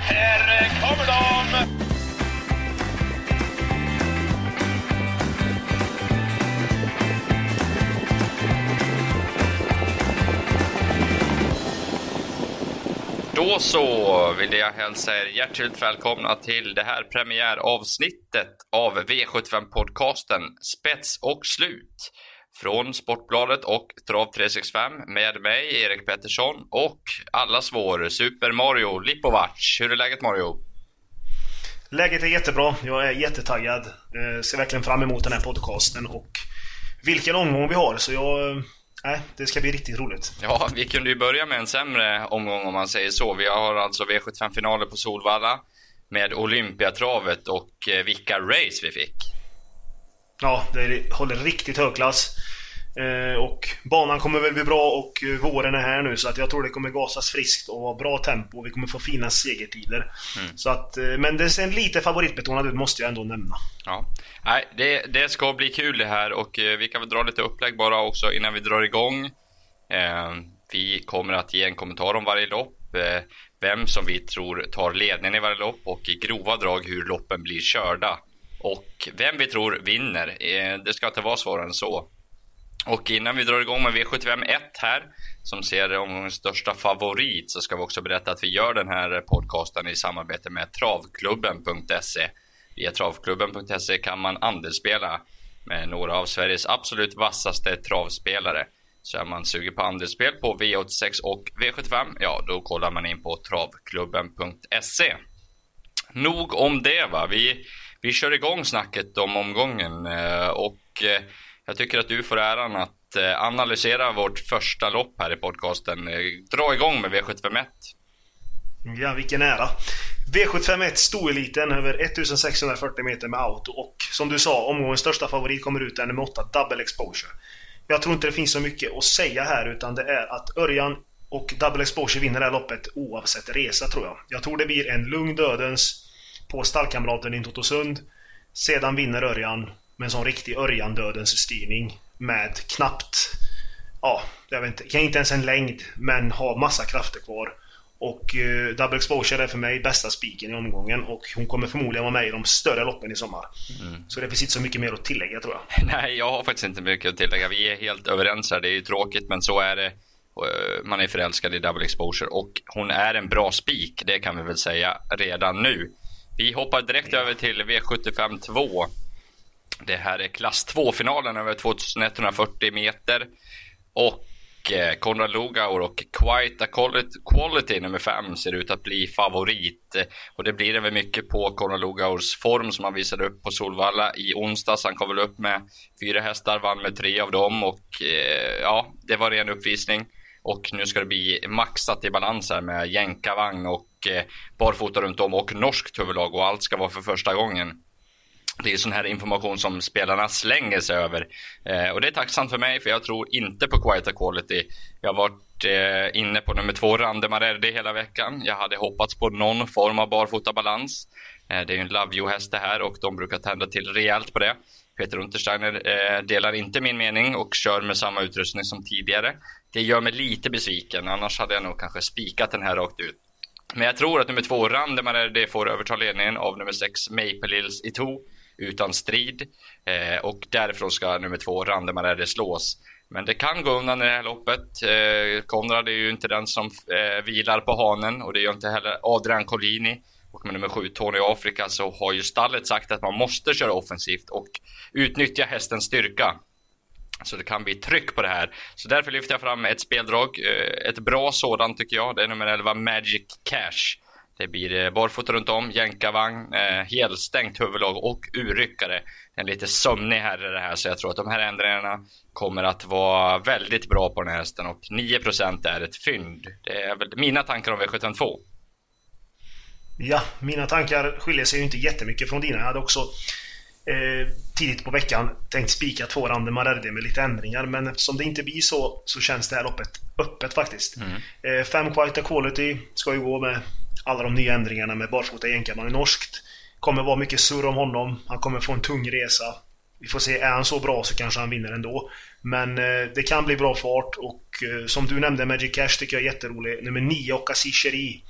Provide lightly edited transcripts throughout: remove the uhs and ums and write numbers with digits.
Här kommer de! Då så vill jag hälsa er hjärtligt välkomna till det här premiäravsnittet av V75-podcasten Spets och slut från Sportbladet och Trav 365 med mig Erik Pettersson och allas vår Super Mario Lipovac. Hur är läget, Mario? Läget är jättebra, jag är jättetaggad. Ser verkligen fram emot den här podcasten och vilken omgång vi har, så det ska bli riktigt roligt. Ja, vi kunde ju börja med en sämre omgång om man säger så. Vi har alltså V75-finaler på Solvalla med Olympiatravet och vilka race vi fick. Ja, det håller riktigt högklass. Och banan kommer väl bli bra och våren är här nu, så att jag tror det kommer gasas friskt och vara bra tempo. Vi kommer få fina segertider. Så att, men det är en lite favoritbetonad ut, måste jag ändå nämna. Ja, nej, det ska bli kul det här, och vi kan väl dra lite upplägg bara också innan vi drar igång. Vi kommer att ge en kommentar om varje lopp, vem som vi tror tar ledningen i varje lopp och i grova drag hur loppen blir körda och vem vi tror vinner. Det ska inte vara svårare än så. Och innan vi drar igång med V75 1 här, som ser omgångens största favorit, så ska vi också berätta att vi gör den här podcasten i samarbete med travklubben.se. Via travklubben.se kan man andelsspela med några av Sveriges absolut vassaste travspelare. Så är man sugen på andelsspel på V86 och V75, ja då kollar man in på travklubben.se. Nog om det, va? Vi kör igång snacket om omgången och jag tycker att du får äran att analysera vårt första lopp här i podcasten. Dra igång med V75-1. Ja, vilken ära. V75-1 stoeliten över 1640 meter med auto. Och som du sa, omgångens största favorit kommer ut, nummer 8, Double Exposure. Jag tror inte det finns så mycket att säga här, utan det är att Örjan och Double Exposure vinner det här loppet oavsett resa, tror jag. Jag tror det blir en lugn dödens på stallkamraten i Totosund. Sedan vinner Örjan med en sån riktig Örjan-dödens styrning med knappt, jag vet inte ens en längd, men har massa krafter kvar. Och Double Exposure är för mig bästa spiken i omgången, och hon kommer förmodligen vara med i de större loppen i sommar. Så det finns inte så mycket mer att tillägga, tror jag. Nej, jag har faktiskt inte mycket att tillägga. Vi är helt överens här, det är ju tråkigt, men så är det. Man är förälskad i Double Exposure och hon är en bra spik, det kan vi väl säga redan nu. Vi hoppar direkt över till V75 2. Det här är klass 2-finalen över 2140 meter. Och Konrad Lugauer och Quite a Quality nummer 5 ser ut att bli favorit. Och det blir väl mycket på Konrad Lugauers form som han visade upp på Solvalla i onsdags. Han kom väl upp med 4 hästar, vann med 3 av dem. Och det var en uppvisning. Och nu ska det bli maxat i balans här med jänkarvagn och barfota runt om och norskt huvudlag. Och allt ska vara för första gången. Det är sån här information som spelarna slänger sig över. Och det är tacksamt för mig, för jag tror inte på Quite a Quality. Jag har varit inne på nummer 2 Randemarerde hela veckan. Jag hade hoppats på någon form av barfotabalans. Det är ju en Love You-häst det här, och de brukar tända till rejält på det. Peter Untersteiner delar inte min mening och kör med samma utrustning som tidigare. Det gör mig lite besviken, annars hade jag nog kanske spikat den här rakt ut. Men jag tror att nummer 2 Randemarerde får överta ledningen av nummer 6 Maple Hills i 2 utan strid, och därifrån ska nummer 2 Randemarerde slås. Men det kan gå undan i det här loppet. Konrad är ju inte den som vilar på hanen, och det gör inte heller Adrian Collini. Och med nummer 7 Tony Africa så har ju stallet sagt att man måste köra offensivt och utnyttja hästens styrka. Så det kan bli tryck på det här. Så därför lyfter jag fram ett speldrag, ett bra sådant tycker jag. Det är nummer 11 Magic Cash. Det blir barfota runt om, jänkarvagn, helstängt huvudlag och urryckare. En lite sömnig herre det här, så jag tror att de här ändringarna kommer att vara väldigt bra på den här hästen. Och 9% är ett fynd. Det är väl mina tankar om V72. Ja, mina tankar skiljer sig ju inte jättemycket från dina. Jag hade också tidigt på veckan tänkt spika 2 Randemarerde med lite ändringar, men eftersom det inte blir så känns det här loppet öppet faktiskt. 5 Quite a Quality ska ju gå med alla de nya ändringarna med barfota jänkarman i norskt. Kommer vara mycket surr om honom. Han kommer få en tung resa. Vi får se, är han så bra så kanske han vinner ändå. Men det kan bli bra fart. Och som du nämnde, Magic Cash tycker jag är jätterolig. Nummer 9 och Cassie Cherie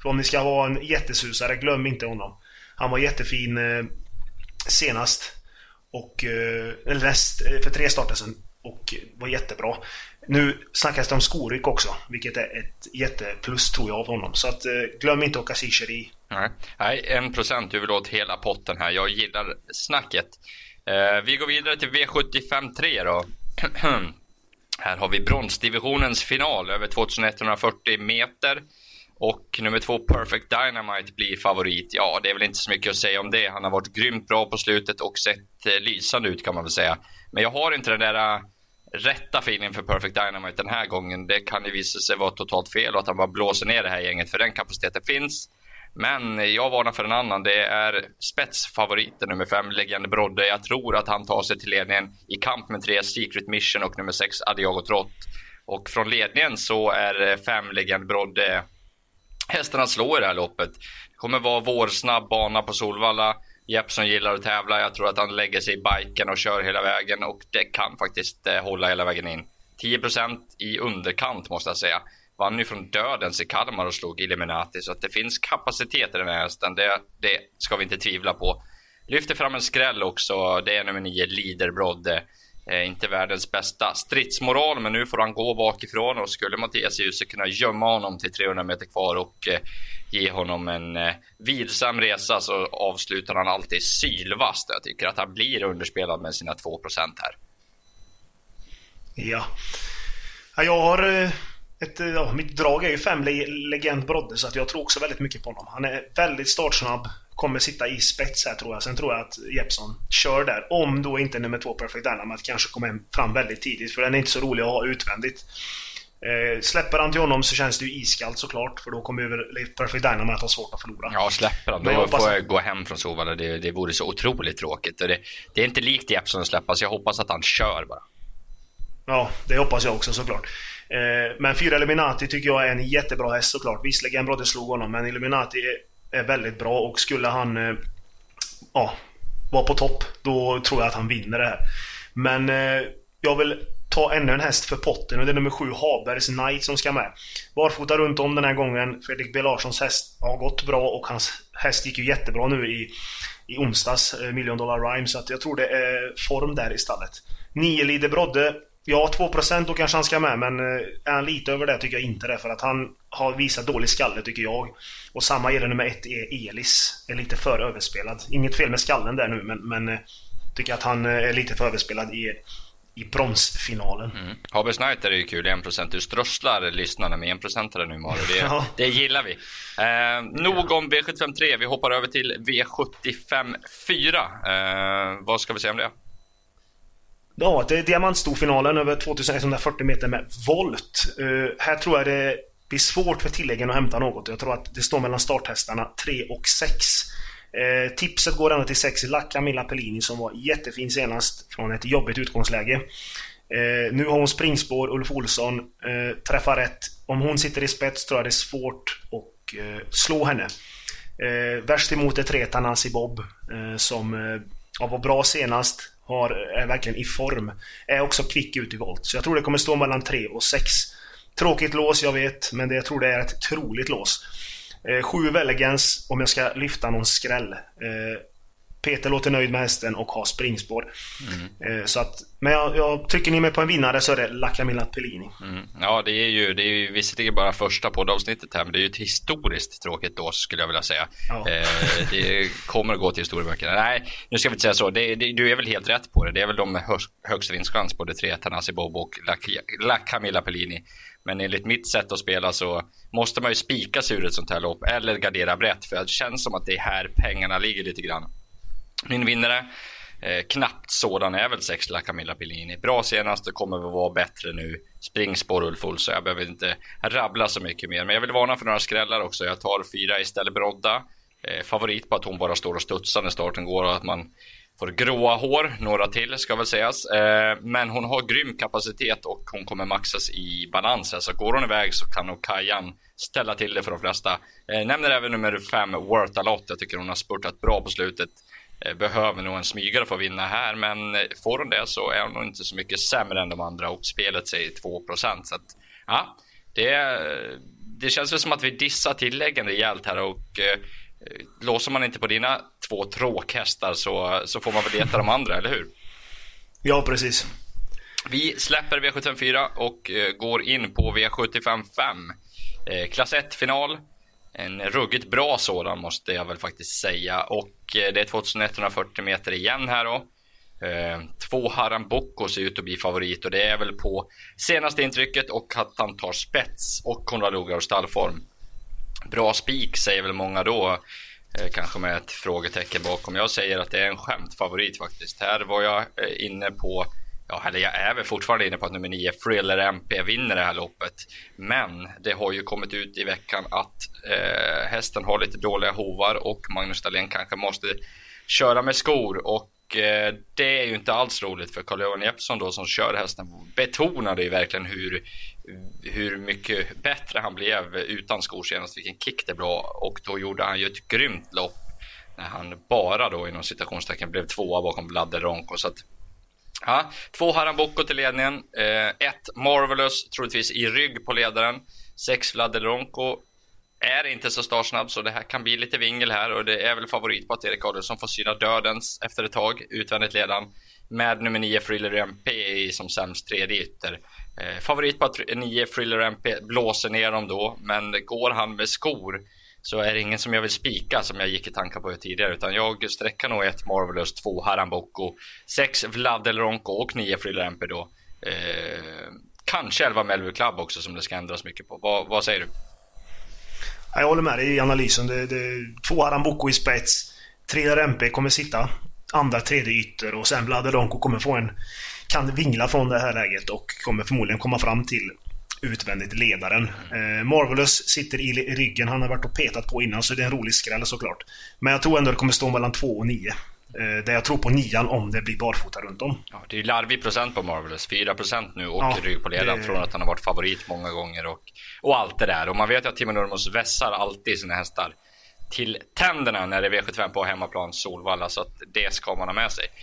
För om ni ska vara en jättesusare, glöm inte honom. Han var jättefin senast och för 3 starter sedan och var jättebra. Nu snackas det om skoryck också, vilket är ett jätteplus tror jag av honom. Så att glöm inte Okasi Sheri. Nej, 1%. Du vill åt hela potten här. Jag gillar snacket. Vi går vidare till V75-3 då. Här har vi bronsdivisionens final över 2140 meter. Och nummer 2 Perfect Dynamite blir favorit. Ja, det är väl inte så mycket att säga om det. Han har varit grymt bra på slutet och sett lysande ut kan man väl säga. Men jag har inte den där rätta feeling för Perfect Dynamite den här gången. Det kan ju visa sig vara totalt fel och att han bara blåser ner det här gänget, för den kapaciteten finns. Men jag varnar för en annan. Det är spetsfavoriten nummer 5 Legend Brodde. Jag tror att han tar sig till ledningen i kamp med 3 Secret Mission och nummer 6 Adiago Trott. Och från ledningen så är 5 Legend Brodde hästarna slår i det här loppet. Det kommer vara vår snabb bana på Solvalla. Jeppson gillar att tävla. Jag tror att han lägger sig i biken och kör hela vägen. Och det kan faktiskt hålla hela vägen in. 10% i underkant måste jag säga. Vann ju från dödens i Kalmar och slog Illuminati. Så att det finns kapacitet i den här hästen. Det ska vi inte tvivla på. Lyfter fram en skräll också. Det är nummer 9 Leader Brodde. Inte världens bästa stridsmoral, men nu får han gå bakifrån. Och skulle Mattias Djuse kunna gömma honom till 300 meter kvar och ge honom en vilsam resa, så avslutar han alltid sylvast. Jag tycker att han blir underspelad med sina 2% här. Ja, jag har mitt drag är ju 5 Legend Brodde, så att jag tror också väldigt mycket på honom. Han är väldigt startsnabb, kommer sitta i spets här tror jag. Sen tror jag att Jeppson kör där, om då inte nummer 2 Perfect Dynamite kanske kommer fram väldigt tidigt, för den är inte så rolig att ha utvändigt. Släpper han till honom så känns det ju iskallt såklart, för då kommer ju Perfect Dynamite ha svårt att förlora. Ja, släpper han då får jag gå hem från Solvalla. Det vore så otroligt tråkigt. Det är inte likt Jeppson att släppas. Jag hoppas att han kör bara. Ja, det hoppas jag också såklart. Men 4 Illuminati tycker jag är en jättebra häst såklart. Visserligen Brodde slog honom, men Illuminati är väldigt bra. Och skulle han vara på topp, då tror jag att han vinner det här. Men jag vill ta ännu en häst för potten, och det är nummer 7 Habergs Knight som ska med. Barfota runt om den här gången. Fredrik B. Larssons häst har gått bra, och hans häst gick ju jättebra nu i onsdags, Million Dollar Rhyme. Så att jag tror det är form där i stallet. 9 Leader Brodde. Ja, 2% då kanske han ska med, men är han lite över det tycker jag inte det, för att han har visat dålig skalle tycker jag. Och samma gäller nummer 1 Elis, är lite för överspelad. Inget fel med skallen där nu, men tycker att han är lite för överspelad i bronsfinalen. Habers Knight är ju kul, 1%. Du strösslar lyssnarna med 1% nu, Mario. Det gillar vi. Nog om V75-3. Vi hoppar över till V75-4. Vad ska vi säga om det? Ja, det är diamantstorfinalen över 2140 meter med volt. Här tror jag det blir svårt för tilläggen att hämta något. Jag tror att det står mellan starthästarna 3 och 6. Tipset går ända till 6 La Camilla Pellini, som var jättefin senast från ett jobbigt utgångsläge. Nu har hon springspår, Ulf Olsson träffar rätt. Om hon sitter i spets tror jag det är svårt att slå henne. Värst emot är 3 Tanasi Bob, som var bra senast, är verkligen i form, är också kvick ut i volt. Så jag tror det kommer stå mellan 3 och 6. Tråkigt lås, jag vet, men jag tror det är ett troligt lås. 7 Velegans, om jag ska lyfta någon skräll. Peter låter nöjd med hästen och har springspår. Så att, men jag trycker ni mig på en vinnare så är det La Camilla Pellini. Ja, det är ju visserligen bara första poddavsnittet här, men det är ju ett historiskt tråkigt då, skulle jag vilja säga. Ja. Det kommer att gå till historieböckerna. Nej, nu ska vi inte säga så. Du är väl helt rätt på det. Det är väl de högst vinstchans, både 3 Tanasi Bob och La Camilla Pellini. Men enligt mitt sätt att spela så måste man ju spika sig ur ett sånt här lopp, eller gardera brett, för det känns som att det är här pengarna ligger lite grann. Min vinnare, knappt sådan, är väl 6 La Camilla Pellini. Bra senast, det kommer att vara bättre nu. Springspår Ulf Olsson, så jag behöver inte rabbla så mycket mer. Men jag vill varna för några skrällar också. Jag tar 4 istället Brodda. Favorit på att hon bara står och studsar när starten går, och att man får gråa hår, några till ska väl sägas. Men hon har grym kapacitet och hon kommer maxas i balans. Så går hon iväg så kan nog Kajan ställa till det för de flesta. Nämner även nummer 5 Worth a Lot. Jag tycker hon har spurtat bra på slutet. Behöver nog en smygare för att vinna här, men får hon det så är hon nog inte så mycket sämre än de andra, och spelet säger 2%. Så att, ja, det det känns väl som att vi dissar tilläggen rejält här och låser man inte på dina 2 tråkhästar så får man väl leta de andra, eller hur? Ja, precis. Vi släpper V754 och går in på V75 5. Klass 1-final. En ruggigt bra sådan måste jag väl faktiskt säga. Och det är 2140 meter igen här då. 2 Haram Boko ser ut att bli favorit. Och det är väl på senaste intrycket och att han tar spets och Konrad Ogar och stallform. Bra spik säger väl många då. Kanske med ett frågetecken bakom. Jag säger att det är en skämtfavorit faktiskt. Här var jag inne på... Ja, eller jag är väl fortfarande inne på att nummer 9 Thriller MP vinner det här loppet. Men det har ju kommit ut i veckan att hästen har lite dåliga hovar och Magnus Dahlén kanske måste köra med skor. Och det är ju inte alls roligt för Carl-Johan Jeppsson då som kör hästen. Betonade ju verkligen hur mycket bättre han blev utan skor senast. Vilken kick det bra. Och då gjorde han ju ett grymt lopp när han bara då inom citationstecken blev 2 bakom Vladde Ronco. Så att ja, 2 Haram Boko till ledningen, 1 Marvelous troligtvis i rygg på ledaren, 6 Vladde Ronco är inte så startsnabb så det här kan bli lite vingel här och det är väl favorit på att Erik Adelsson får syna dödens efter ett tag utvändigt ledan med nummer 9 Thriller MP som sämst tredje ytter. Favorit på att 9 Thriller MP blåser ner dem då, men går han med skor så är det ingen som jag vill spika som jag gick i tankar på tidigare, utan jag sträcker nog 1 Marvelous, 2 Haram Boko, 6 Vlad Del Ronco och 9 Thriller MP då. Kanske 11 Melville Club också som det ska ändras mycket på. Vad säger du? Jag håller med dig i analysen. Det 2 Haram Boko i spets, 3 MP kommer sitta andra tredje ytter och sen Vlad Del Ronco kommer kan vingla från det här läget och kommer förmodligen komma fram till utvändigt ledaren. Marvelous sitter i ryggen. Han har varit och petat på innan så det är en rolig skräll såklart. Men jag tror ändå det kommer stå mellan 2 och 9. Där jag tror på 9 om det blir barfota runt om. Ja, det är ju larvig procent på Marvelous. 4% nu och rygg på ledaren från att han har varit favorit många gånger och allt det där. Och man vet ju att Timo Nurmos vässar alltid sina hästar till tänderna när det är V75 på hemmaplan Solvalla, så att det ska man ha med sig.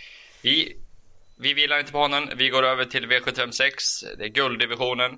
Vi vilar inte på honom. Vi går över till V75 6. Det är gulddivisionen.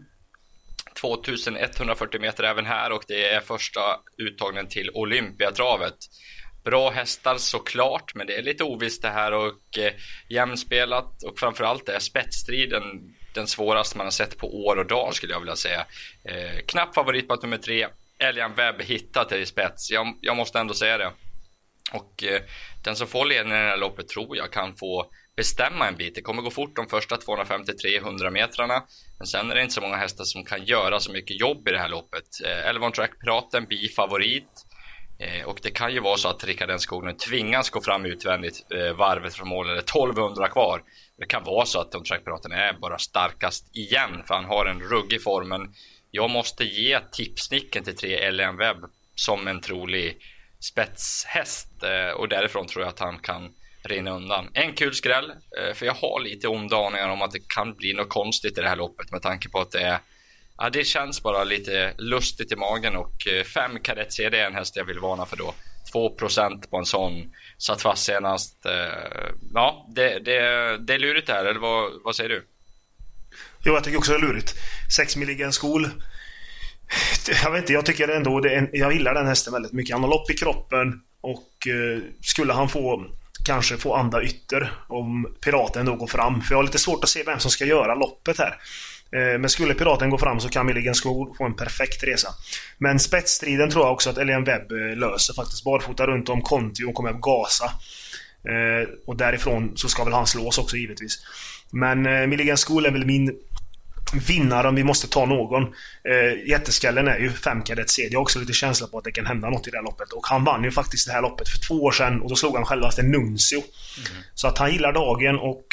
2140 meter även här och det är första uttagningen till Olympiatravet. Bra hästar såklart, men det är lite ovisst det här och jämspelat och framförallt är spetsstriden den svåraste man har sett på år och dag skulle jag vilja säga. Knapp favorit på att nummer 3 Elian Webb hittat i spets. Jag måste ändå säga det. Och den som får ledningen i det här loppet tror jag kan få bestämma en bit. Det kommer gå fort de första 250-300 metrarna. Men sen är det inte så många hästar som kan göra så mycket jobb i det här loppet. 11 Track Piraten blir favorit. Och det kan ju vara så att Rickard Enskog tvingas gå fram utvändigt varvet från mål eller 1200 kvar. Det kan vara så att de Track Piraten är bara starkast igen för han har en ruggig form. Men jag måste ge tipsnicken till 3 Elian Webb som en trolig spetshäst. Och därifrån tror jag att han kan rinna undan. En kul skräll, för jag har lite onda aningar om att det kan bli något konstigt i det här loppet med tanke på att det känns bara lite lustigt i magen och 5 Kadett CD är en häst jag vill varna för då. 2% på en sån satt fast senast. Ja, det är lurigt det här, eller vad säger du? Jo, jag tycker också det är lurigt. 6 Milligan School. Jag vet inte, jag tycker ändå jag gillar den hästen väldigt mycket. Han har lopp i kroppen och skulle han kanske få andra ytter om Piraten då går fram. För jag har lite svårt att se vem som ska göra loppet här. Men skulle Piraten gå fram så kan Milligan School få en perfekt resa. Men spetsstriden tror jag också att Elian Webb löser faktiskt. Barfota runt om Conti och kommer att gasa. Och därifrån så ska väl han slås också givetvis. Men Milligan School är väl min vinnare om vi måste ta någon. Jätteskallen är ju 5 Kadett C. Jag har också lite känsla på att det kan hända något i det här loppet. Och han vann ju faktiskt det här loppet för 2 år sedan. Och då slog han självaste Nuncio. Så att han gillar dagen och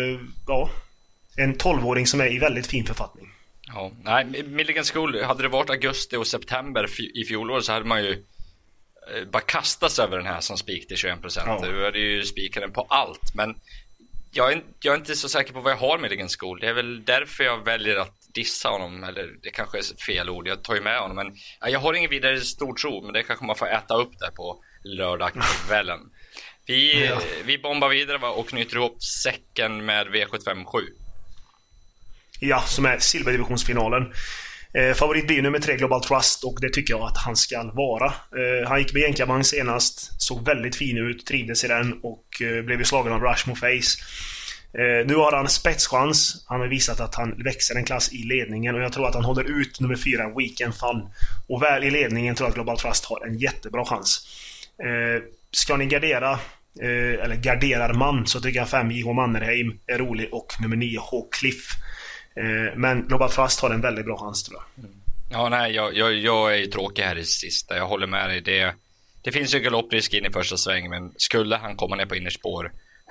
en 12-åring som är i väldigt fin författning. Ja, nej, Milligan School, hade det varit augusti och september i fjolår så hade man ju bara kastats över den här som spik till 21%. Ja. Du hade ju spikaren på allt, men jag är inte så säker på vad jag har med Milligan School. Det är väl därför jag väljer att dissa honom, eller det kanske är fel ord, jag tar ju med honom, men jag har ingen vidare stor tro, men det kanske man får äta upp där på lördagskvällen. Vi bombar vidare och knyter ihop säcken med V75 7. Ja, som är silverdivisionsfinalen. Favorit blir nummer 3 Global Trust, och det tycker jag att han ska vara. Han gick med jänkarvagn senast, såg väldigt fin ut, trivdes i den och blev ju slagen av Rushmore Face. Nu har han spetschans. Han har visat att han växer en klass i ledningen, och jag tror att han håller ut nummer 4 Weekend Fun. Och väl i ledningen tror jag att Global Trust har en jättebra chans. Ska ni gardera eller garderar man, så tycker jag 5 JH Mannerheim är rolig, och nummer 9 H Cliff. Men Global Trust har en väldigt bra chans, tror jag. Ja, nej, jag är ju tråkig här i sista. Jag håller med dig. Det finns ju galopprisk in i första sväng, men skulle han komma ner på innerspår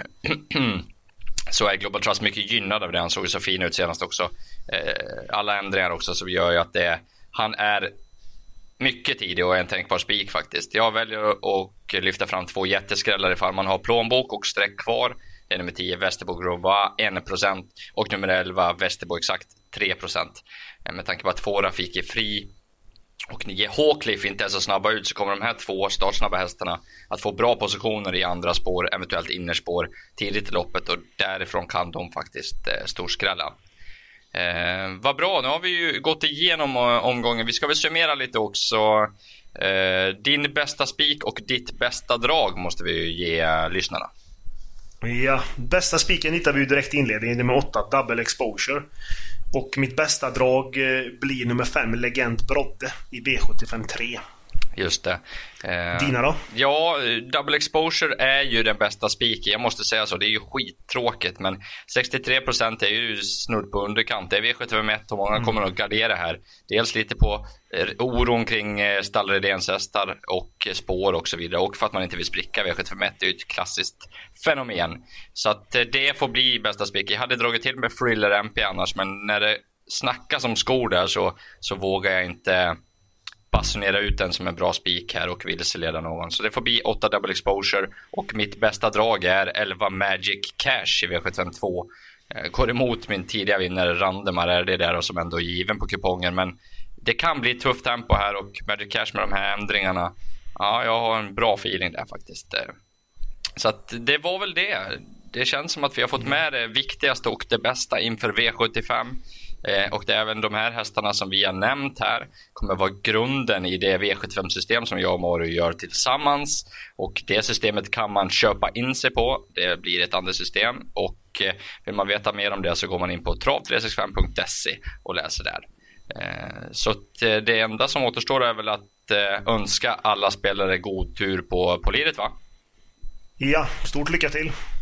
så är Global Trust mycket gynnad av det. Han såg så fin ut senast också. Alla ändringar också, så gör ju att han är mycket tidig och en tänkbar spik faktiskt. Jag väljer att lyfta fram 2 jätteskrällar ifall man har plånbok och streck kvar. Det är nummer 10 Västerbo Grova 1% och nummer 11 Västerbo exakt 3%. Med tanke på att 2 Rafik är fri och 9 H-Cliff inte är så snabba ut, så kommer de här 2 startsnabba hästarna att få bra positioner i andra spår, eventuellt innerspår tidigt i loppet, och därifrån kan de faktiskt storskrälla. Vad bra, nu har vi ju gått igenom omgången. Vi ska väl summera lite också. Din bästa spik och ditt bästa drag måste vi ju ge lyssnarna. Ja, bästa spiken hittar vi ju direkt i inledningen, nummer 8 Double Exposure. Och mitt bästa drag blir nummer 5 Legend Brodde i B75 3. Just det. Dina då? Ja, Double Exposure är ju den bästa spiken. Jag måste säga så, det är ju skittråkigt, men 63% är ju snudd på underkant. Det är V75 1 och många kommer att gardera här. Dels lite på oron kring stallredens hästar och spår och så vidare, och för att man inte vill spricka. V75 1 är ju ett klassiskt fenomen. Så att det får bli bästa spik. Jag hade dragit till med Thriller MP annars, men när det snackas om skor där så vågar jag inte basunera ut den som en bra spik här och vilseleda någon. Så det får bli 8 Double Exposure, och mitt bästa drag är 11 Magic Cash i V752. Går emot min tidiga vinnare Randemar, är det där som ändå är given på kupongen, men det kan bli tufft tempo här, och Magic Cash med de här ändringarna, ja, jag har en bra feeling där faktiskt. Så att det var väl det. Det känns som att vi har fått med det viktigaste och det bästa inför V75. Och det är även de här hästarna som vi har nämnt här kommer vara grunden i det V75-system som jag och Mario gör tillsammans. Och det systemet kan man köpa in sig på. Det blir ett andra system. Och vill man veta mer om det så går man in på trav365.se och läser där. Så det enda som återstår är väl att önska alla spelare god tur på liret, va? Ja, stort lycka till!